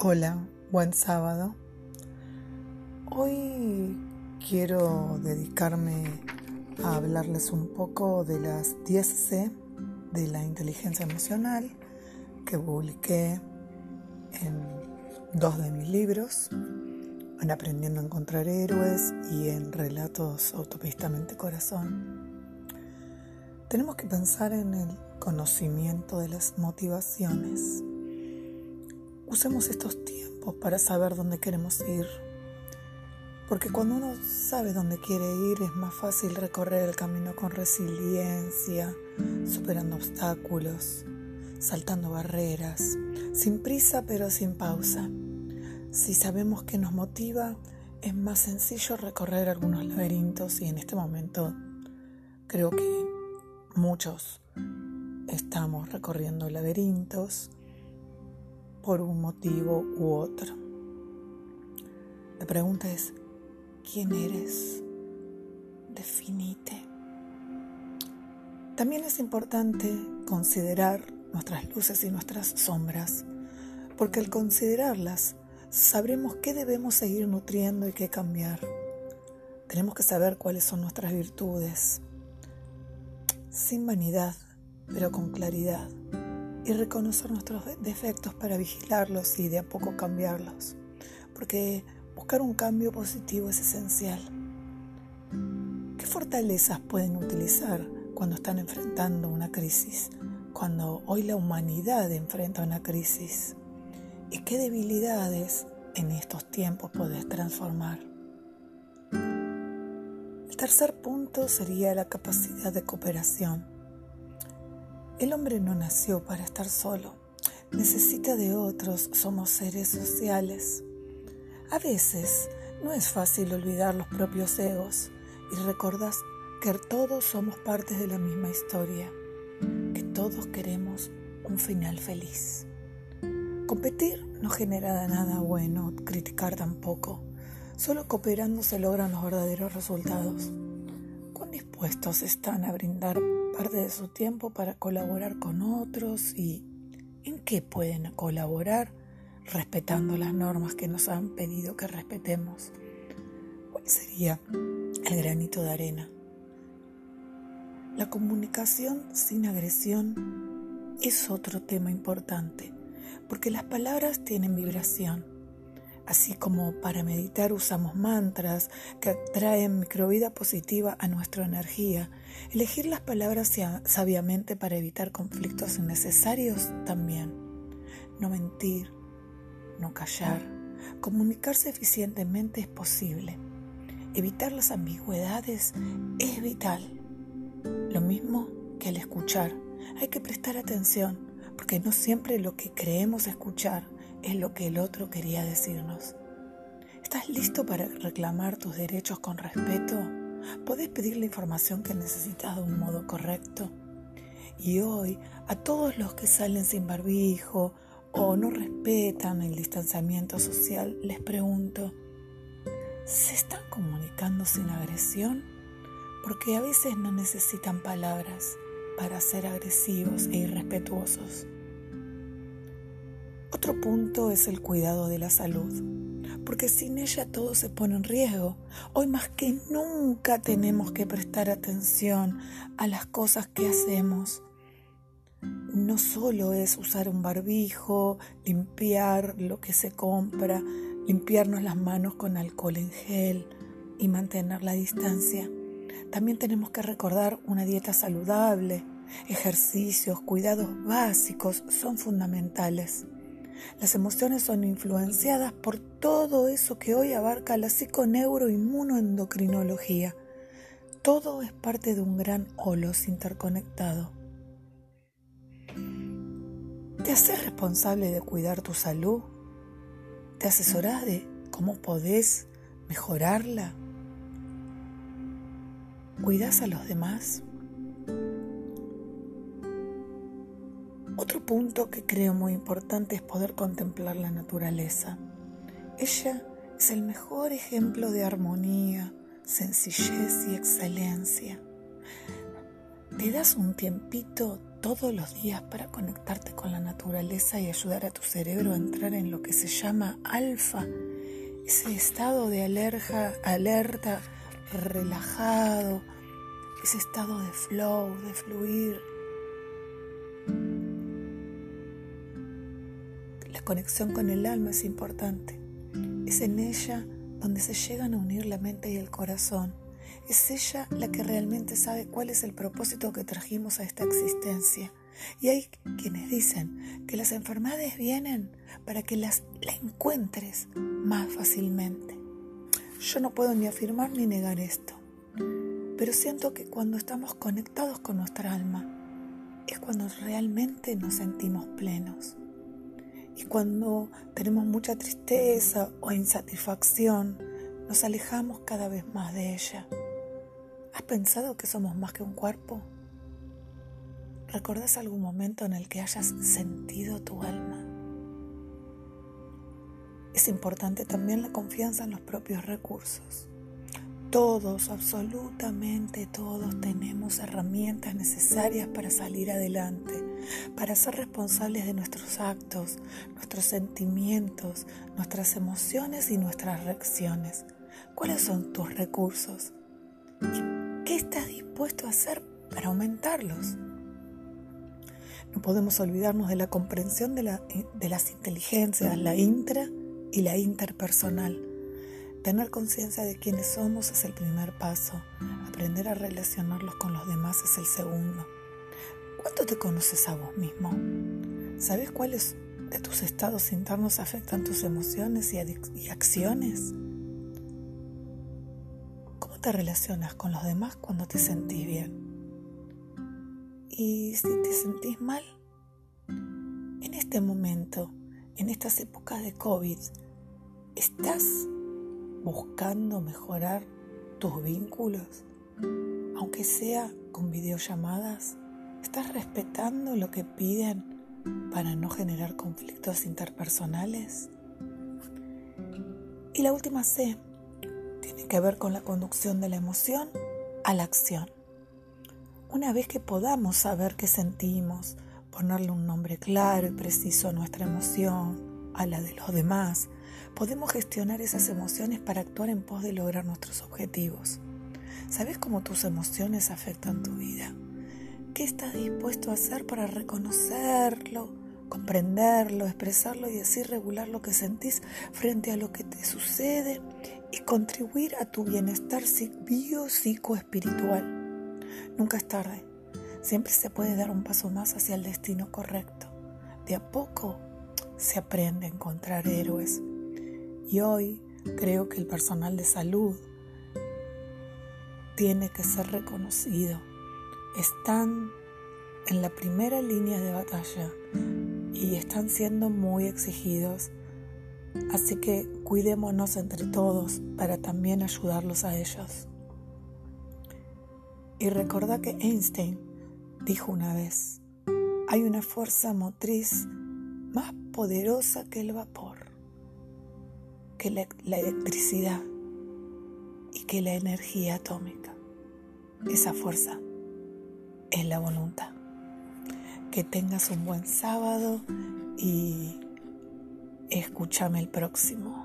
Hola, buen sábado. Hoy quiero dedicarme a hablarles un poco de las 10 C de la inteligencia emocional que publiqué en 2 de mis libros, en Aprendiendo a encontrar héroes y en Relatos Autopista Mente Corazón. Tenemos que pensar en el conocimiento de las motivaciones. Usemos estos tiempos para saber dónde queremos ir, porque cuando uno sabe dónde quiere ir es más fácil recorrer el camino con resiliencia, superando obstáculos, saltando barreras, sin prisa pero sin pausa. Si sabemos qué nos motiva, es más sencillo recorrer algunos laberintos y en este momento creo que muchos estamos recorriendo laberintos por un motivo u otro. La pregunta es, ¿quién eres? Definite. También es importante considerar nuestras luces y nuestras sombras, porque al considerarlas, sabremos qué debemos seguir nutriendo y qué cambiar. Tenemos que saber cuáles son nuestras virtudes, sin vanidad, pero con claridad, y reconocer nuestros defectos para vigilarlos y de a poco cambiarlos, porque buscar un cambio positivo es esencial. ¿Qué fortalezas pueden utilizar cuando están enfrentando una crisis? Cuando hoy la humanidad enfrenta una crisis. ¿Y qué debilidades en estos tiempos podés transformar? El tercer punto sería la capacidad de cooperación. El hombre no nació para estar solo, necesita de otros, somos seres sociales. A veces no es fácil olvidar los propios egos y recordar que todos somos partes de la misma historia, que todos queremos un final feliz. Competir no genera nada bueno, criticar tampoco. Solo cooperando se logran los verdaderos resultados. ¿Cuán dispuestos están a brindar parte de su tiempo para colaborar con otros y en qué pueden colaborar respetando las normas que nos han pedido que respetemos? ¿Cuál sería el granito de arena? La comunicación sin agresión es otro tema importante, porque las palabras tienen vibración. Así como para meditar usamos mantras que atraen microvida positiva a nuestra energía, elegir las palabras sabiamente para evitar conflictos innecesarios también. No mentir, no callar, comunicarse eficientemente es posible. Evitar las ambigüedades es vital. Lo mismo que al escuchar, hay que prestar atención, porque no siempre lo que creemos escuchar es lo que el otro quería decirnos. ¿Estás listo para reclamar tus derechos con respeto? ¿Podés pedir la información que necesitas de un modo correcto? Y hoy, a todos los que salen sin barbijo o no respetan el distanciamiento social, les pregunto, ¿se están comunicando sin agresión? Porque a veces no necesitan palabras para ser agresivos e irrespetuosos. Otro punto es el cuidado de la salud, porque sin ella todo se pone en riesgo. Hoy más que nunca tenemos que prestar atención a las cosas que hacemos. No solo es usar un barbijo, limpiar lo que se compra, limpiarnos las manos con alcohol en gel y mantener la distancia. También tenemos que recordar una dieta saludable, ejercicios, cuidados básicos son fundamentales. Las emociones son influenciadas por todo eso que hoy abarca la psiconeuroinmunoendocrinología. Todo es parte de un gran holos interconectado. ¿Te haces responsable de cuidar tu salud? ¿Te asesorás de cómo podés mejorarla? ¿Cuidás a los demás? Otro punto que creo muy importante es poder contemplar la naturaleza. Ella es el mejor ejemplo de armonía, sencillez y excelencia. Te das un tiempito todos los días para conectarte con la naturaleza y ayudar a tu cerebro a entrar en lo que se llama alfa, ese estado de alerta, relajado, ese estado de flow, de fluir. La conexión con el alma es importante. Es en ella donde se llegan a unir la mente y el corazón. Es ella la que realmente sabe cuál es el propósito que trajimos a esta existencia. Y hay quienes dicen que las enfermedades vienen para que la encuentres más fácilmente. Yo no puedo ni afirmar ni negar esto, pero siento que cuando estamos conectados con nuestra alma es cuando realmente nos sentimos plenos. Y cuando tenemos mucha tristeza o insatisfacción, nos alejamos cada vez más de ella. ¿Has pensado que somos más que un cuerpo? ¿Recordás algún momento en el que hayas sentido tu alma? Es importante también la confianza en los propios recursos. Todos, absolutamente todos, tenemos herramientas necesarias para salir adelante, para ser responsables de nuestros actos, nuestros sentimientos, nuestras emociones y nuestras reacciones. ¿Cuáles son tus recursos? ¿Y qué estás dispuesto a hacer para aumentarlos? No podemos olvidarnos de la comprensión de las inteligencias, la intra y la interpersonal. Tener conciencia de quiénes somos es el primer paso. Aprender a relacionarlos con los demás es el segundo. ¿Cuánto te conoces a vos mismo? ¿Sabes cuáles de tus estados internos afectan tus emociones y acciones? ¿Cómo te relacionas con los demás cuando te sentís bien? Y si te sentís mal, en este momento, en estas épocas de COVID, ¿estás buscando mejorar tus vínculos? Aunque sea con videollamadas, ¿estás respetando lo que piden para no generar conflictos interpersonales? Y la última C tiene que ver con la conducción de la emoción a la acción. Una vez que podamos saber qué sentimos, ponerle un nombre claro y preciso a nuestra emoción, a la de los demás, podemos gestionar esas emociones para actuar en pos de lograr nuestros objetivos. ¿Sabes cómo tus emociones afectan tu vida? ¿Qué estás dispuesto a hacer para reconocerlo, comprenderlo, expresarlo y así regular lo que sentís frente a lo que te sucede y contribuir a tu bienestar psicoespiritual? Nunca es tarde. Siempre se puede dar un paso más hacia el destino correcto. De a poco se aprende a encontrar héroes. Y hoy creo que el personal de salud tiene que ser reconocido. Están en la primera línea de batalla y están siendo muy exigidos. Así que cuidémonos entre todos para también ayudarlos a ellos. Y recordá que Einstein dijo una vez: hay una fuerza motriz más poderosa que el vapor, que la electricidad y que la energía atómica. Esa fuerza es la voluntad. Que tengas un buen sábado y escúchame el próximo.